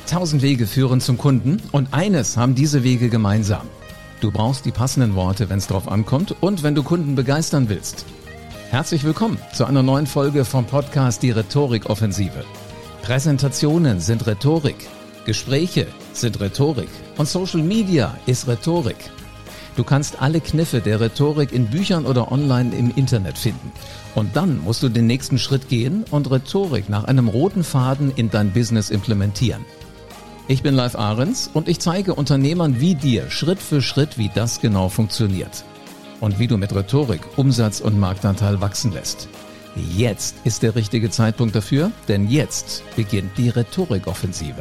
1000 Wege führen zum Kunden und eines haben diese Wege gemeinsam. Du brauchst die passenden Worte, wenn es drauf ankommt und wenn du Kunden begeistern willst. Herzlich willkommen zu einer neuen Folge vom Podcast Die Rhetorik-Offensive. Präsentationen sind Rhetorik, Gespräche sind Rhetorik und Social Media ist Rhetorik. Du kannst alle Kniffe der Rhetorik in Büchern oder online im Internet finden. Und dann musst du den nächsten Schritt gehen und Rhetorik nach einem roten Faden in dein Business implementieren. Ich bin Live Ahrens und ich zeige Unternehmern wie dir Schritt für Schritt, wie das genau funktioniert. Und wie du mit Rhetorik Umsatz und Marktanteil wachsen lässt. Jetzt ist der richtige Zeitpunkt dafür, denn jetzt beginnt die Rhetorikoffensive.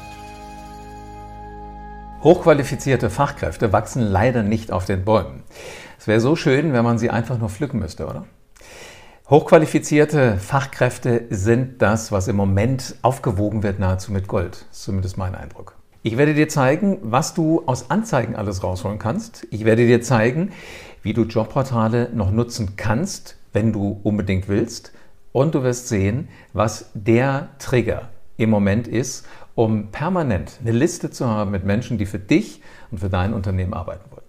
Hochqualifizierte Fachkräfte wachsen leider nicht auf den Bäumen. Es wäre so schön, wenn man sie einfach nur pflücken müsste, oder? Hochqualifizierte Fachkräfte sind das, was im Moment aufgewogen wird, nahezu mit Gold. Das ist zumindest mein Eindruck. Ich werde dir zeigen, was du aus Anzeigen alles rausholen kannst. Ich werde dir zeigen, wie du Jobportale noch nutzen kannst, wenn du unbedingt willst. Und du wirst sehen, was der Trigger im Moment ist, um permanent eine Liste zu haben mit Menschen, die für dich und für dein Unternehmen arbeiten wollen.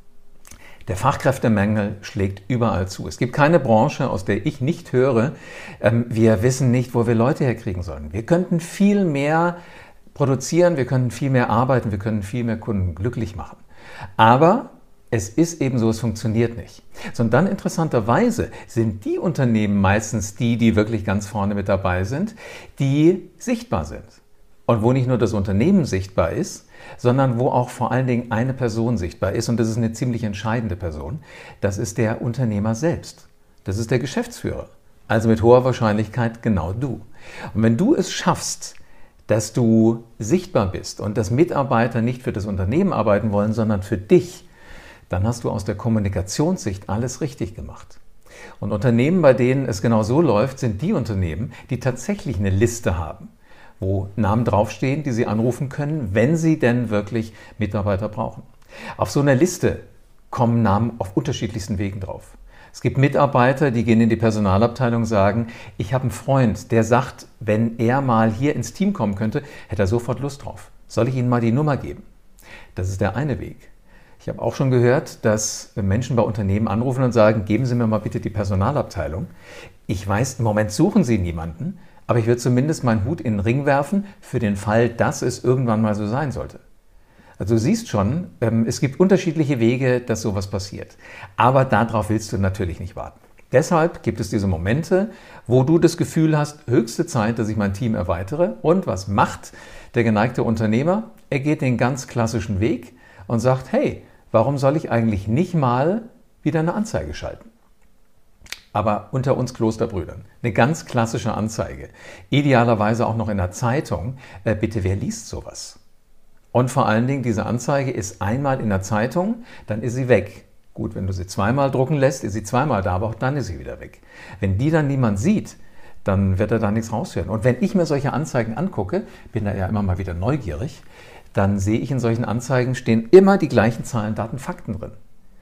Der Fachkräftemangel schlägt überall zu. Es gibt keine Branche, aus der ich nicht höre, wir wissen nicht, wo wir Leute herkriegen sollen. Wir könnten viel mehr produzieren, wir könnten viel mehr arbeiten, wir können viel mehr Kunden glücklich machen. Aber es ist eben so, es funktioniert nicht. Sondern dann interessanterweise sind die Unternehmen meistens die wirklich ganz vorne mit dabei sind, die sichtbar sind. Und wo nicht nur das Unternehmen sichtbar ist, sondern wo auch vor allen Dingen eine Person sichtbar ist. Und das ist eine ziemlich entscheidende Person. Das ist der Unternehmer selbst. Das ist der Geschäftsführer. Also mit hoher Wahrscheinlichkeit genau du. Und wenn du es schaffst, dass du sichtbar bist und dass Mitarbeiter nicht für das Unternehmen arbeiten wollen, sondern für dich, dann hast du aus der Kommunikationssicht alles richtig gemacht. Und Unternehmen, bei denen es genau so läuft, sind die Unternehmen, die tatsächlich eine Liste haben, wo Namen draufstehen, die sie anrufen können, wenn sie denn wirklich Mitarbeiter brauchen. Auf so einer Liste kommen Namen auf unterschiedlichsten Wegen drauf. Es gibt Mitarbeiter, die gehen in die Personalabteilung und sagen, ich habe einen Freund, der sagt, wenn er mal hier ins Team kommen könnte, hätte er sofort Lust drauf. Soll ich Ihnen mal die Nummer geben? Das ist der eine Weg. Ich habe auch schon gehört, dass Menschen bei Unternehmen anrufen und sagen, geben Sie mir mal bitte die Personalabteilung. Ich weiß, im Moment suchen Sie niemanden, aber ich würde zumindest meinen Hut in den Ring werfen für den Fall, dass es irgendwann mal so sein sollte. Also du siehst schon, es gibt unterschiedliche Wege, dass sowas passiert. Aber darauf willst du natürlich nicht warten. Deshalb gibt es diese Momente, wo du das Gefühl hast, höchste Zeit, dass ich mein Team erweitere. Und was macht der geneigte Unternehmer? Er geht den ganz klassischen Weg und sagt, hey, warum soll ich eigentlich nicht mal wieder eine Anzeige schalten? Aber unter uns Klosterbrüdern. Eine ganz klassische Anzeige. Idealerweise auch noch in der Zeitung. Bitte, wer liest sowas? Und vor allen Dingen, diese Anzeige ist einmal in der Zeitung, dann ist sie weg. Gut, wenn du sie zweimal drucken lässt, ist sie zweimal da, aber auch dann ist sie wieder weg. Wenn die dann niemand sieht, dann wird er da nichts raushören. Und wenn ich mir solche Anzeigen angucke, bin da ja immer mal wieder neugierig, dann sehe ich in solchen Anzeigen stehen immer die gleichen Zahlen, Daten, Fakten drin.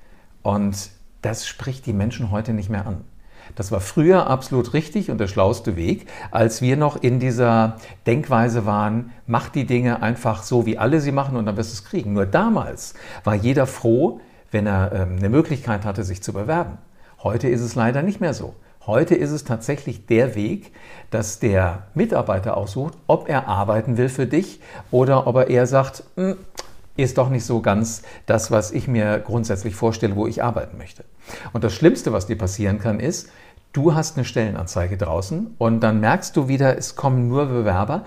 Und das spricht die Menschen heute nicht mehr an. Das war früher absolut richtig und der schlauste Weg, als wir noch in dieser Denkweise waren, mach die Dinge einfach so, wie alle sie machen und dann wirst du es kriegen. Nur damals war jeder froh, wenn er eine Möglichkeit hatte, sich zu bewerben. Heute ist es leider nicht mehr so. Heute ist es tatsächlich der Weg, dass der Mitarbeiter aussucht, ob er arbeiten will für dich oder ob er eher sagt, ist doch nicht so ganz das, was ich mir grundsätzlich vorstelle, wo ich arbeiten möchte. Und das Schlimmste, was dir passieren kann, ist, du hast eine Stellenanzeige draußen und dann merkst du wieder, es kommen nur Bewerber,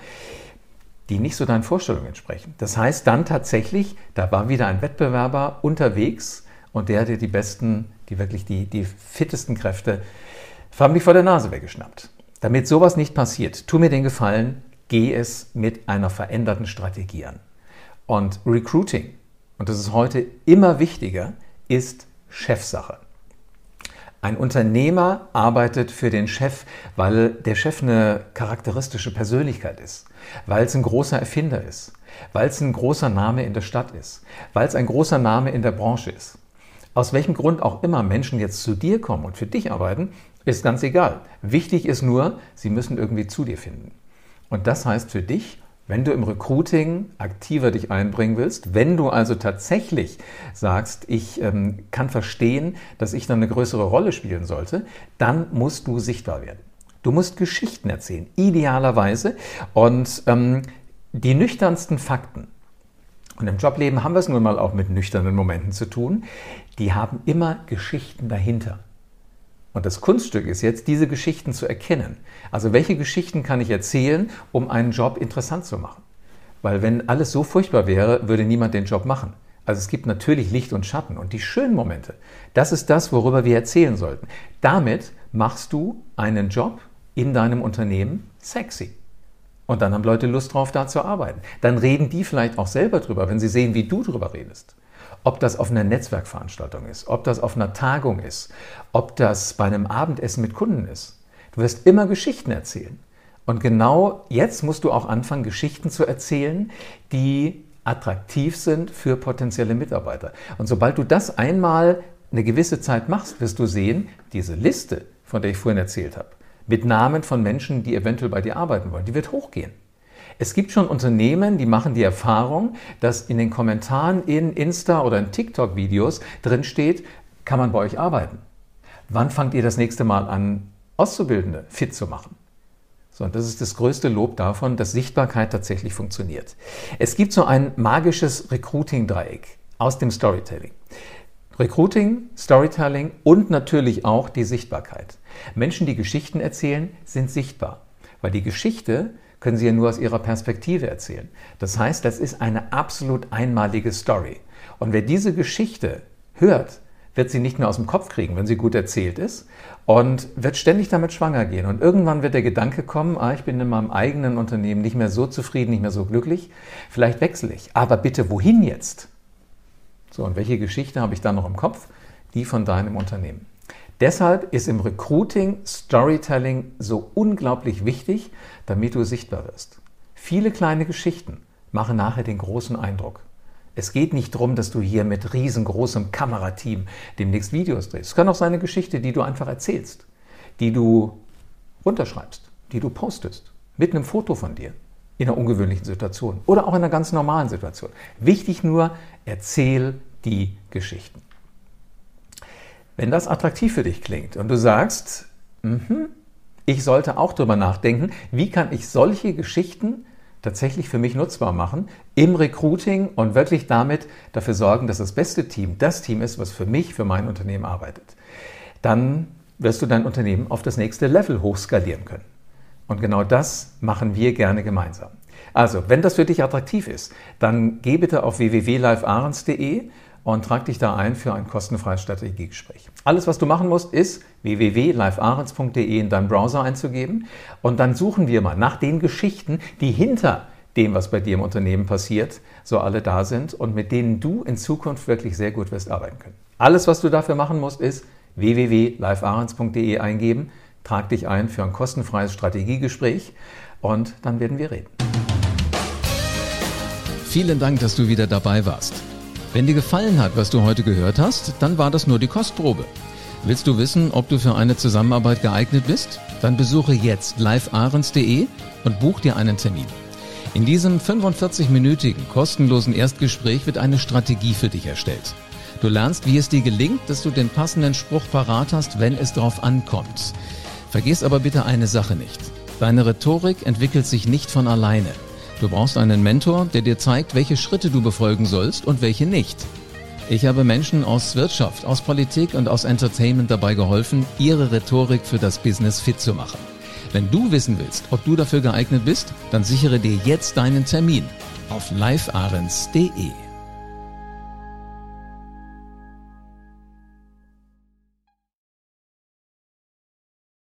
die nicht so deinen Vorstellungen entsprechen. Das heißt dann tatsächlich, da war wieder ein Wettbewerber unterwegs und der hat dir die besten, die fittesten Kräfte förmlich vor der Nase weggeschnappt. Damit sowas nicht passiert, tu mir den Gefallen, geh es mit einer veränderten Strategie an. Und Recruiting, und das ist heute immer wichtiger, ist Chefsache. Ein Unternehmer arbeitet für den Chef, weil der Chef eine charakteristische Persönlichkeit ist, weil es ein großer Erfinder ist, weil es ein großer Name in der Stadt ist, weil es ein großer Name in der Branche ist. Aus welchem Grund auch immer Menschen jetzt zu dir kommen und für dich arbeiten, ist ganz egal. Wichtig ist nur, sie müssen irgendwie zu dir finden. Und das heißt für dich, Wenn du im Recruiting aktiver dich einbringen willst, wenn du also tatsächlich sagst, ich kann verstehen, dass ich dann eine größere Rolle spielen sollte, dann musst du sichtbar werden. Du musst Geschichten erzählen, idealerweise, und die nüchternsten Fakten. Und im Jobleben haben wir es nun mal auch mit nüchternen Momenten zu tun. Die haben immer Geschichten dahinter. Und das Kunststück ist jetzt, diese Geschichten zu erkennen. Also welche Geschichten kann ich erzählen, um einen Job interessant zu machen? Weil wenn alles so furchtbar wäre, würde niemand den Job machen. Also es gibt natürlich Licht und Schatten und die schönen Momente. Das ist das, worüber wir erzählen sollten. Damit machst du einen Job in deinem Unternehmen sexy. Und dann haben Leute Lust drauf, da zu arbeiten. Dann reden die vielleicht auch selber drüber, wenn sie sehen, wie du drüber redest. Ob das auf einer Netzwerkveranstaltung ist, ob das auf einer Tagung ist, ob das bei einem Abendessen mit Kunden ist. Du wirst immer Geschichten erzählen. Und genau jetzt musst du auch anfangen, Geschichten zu erzählen, die attraktiv sind für potenzielle Mitarbeiter. Und sobald du das einmal eine gewisse Zeit machst, wirst du sehen, diese Liste, von der ich vorhin erzählt habe, mit Namen von Menschen, die eventuell bei dir arbeiten wollen, die wird hochgehen. Es gibt schon Unternehmen, die machen die Erfahrung, dass in den Kommentaren in Insta- oder in TikTok-Videos drin steht, kann man bei euch arbeiten? Wann fangt ihr das nächste Mal an, Auszubildende fit zu machen? So, und das ist das größte Lob davon, dass Sichtbarkeit tatsächlich funktioniert. Es gibt so ein magisches Recruiting-Dreieck aus dem Storytelling. Recruiting, Storytelling und natürlich auch die Sichtbarkeit. Menschen, die Geschichten erzählen, sind sichtbar, weil die Geschichte können sie ja nur aus ihrer Perspektive erzählen. Das heißt, das ist eine absolut einmalige Story. Und wer diese Geschichte hört, wird sie nicht mehr aus dem Kopf kriegen, wenn sie gut erzählt ist, und wird ständig damit schwanger gehen. Und irgendwann wird der Gedanke kommen, ich bin in meinem eigenen Unternehmen nicht mehr so zufrieden, nicht mehr so glücklich, vielleicht wechsle ich. Aber bitte, wohin jetzt? So, und welche Geschichte habe ich dann noch im Kopf? Die von deinem Unternehmen. Deshalb ist im Recruiting Storytelling so unglaublich wichtig, damit du sichtbar wirst. Viele kleine Geschichten machen nachher den großen Eindruck. Es geht nicht darum, dass du hier mit riesengroßem Kamerateam demnächst Videos drehst. Es kann auch sein eine Geschichte, die du einfach erzählst, die du runterschreibst, die du postest, mit einem Foto von dir in einer ungewöhnlichen Situation oder auch in einer ganz normalen Situation. Wichtig nur, erzähl die Geschichten. Wenn das attraktiv für dich klingt und du sagst, ich sollte auch darüber nachdenken, wie kann ich solche Geschichten tatsächlich für mich nutzbar machen im Recruiting und wirklich damit dafür sorgen, dass das beste Team das Team ist, was für mich, für mein Unternehmen arbeitet, dann wirst du dein Unternehmen auf das nächste Level hochskalieren können. Und genau das machen wir gerne gemeinsam. Also, wenn das für dich attraktiv ist, dann geh bitte auf www.liveahrens.de und trag dich da ein für ein kostenfreies Strategiegespräch. Alles, was du machen musst, ist www.liveahrens.de in deinem Browser einzugeben und dann suchen wir mal nach den Geschichten, die hinter dem, was bei dir im Unternehmen passiert, so alle da sind und mit denen du in Zukunft wirklich sehr gut wirst arbeiten können. Alles, was du dafür machen musst, ist www.liveahrens.de eingeben, trag dich ein für ein kostenfreies Strategiegespräch und dann werden wir reden. Vielen Dank, dass du wieder dabei warst. Wenn dir gefallen hat, was du heute gehört hast, dann war das nur die Kostprobe. Willst du wissen, ob du für eine Zusammenarbeit geeignet bist? Dann besuche jetzt liveahrens.de und buch dir einen Termin. In diesem 45-minütigen kostenlosen Erstgespräch wird eine Strategie für dich erstellt. Du lernst, wie es dir gelingt, dass du den passenden Spruch parat hast, wenn es drauf ankommt. Vergiss aber bitte eine Sache nicht. Deine Rhetorik entwickelt sich nicht von alleine. Du brauchst einen Mentor, der dir zeigt, welche Schritte du befolgen sollst und welche nicht. Ich habe Menschen aus Wirtschaft, aus Politik und aus Entertainment dabei geholfen, ihre Rhetorik für das Business fit zu machen. Wenn du wissen willst, ob du dafür geeignet bist, dann sichere dir jetzt deinen Termin auf liveahrens.de.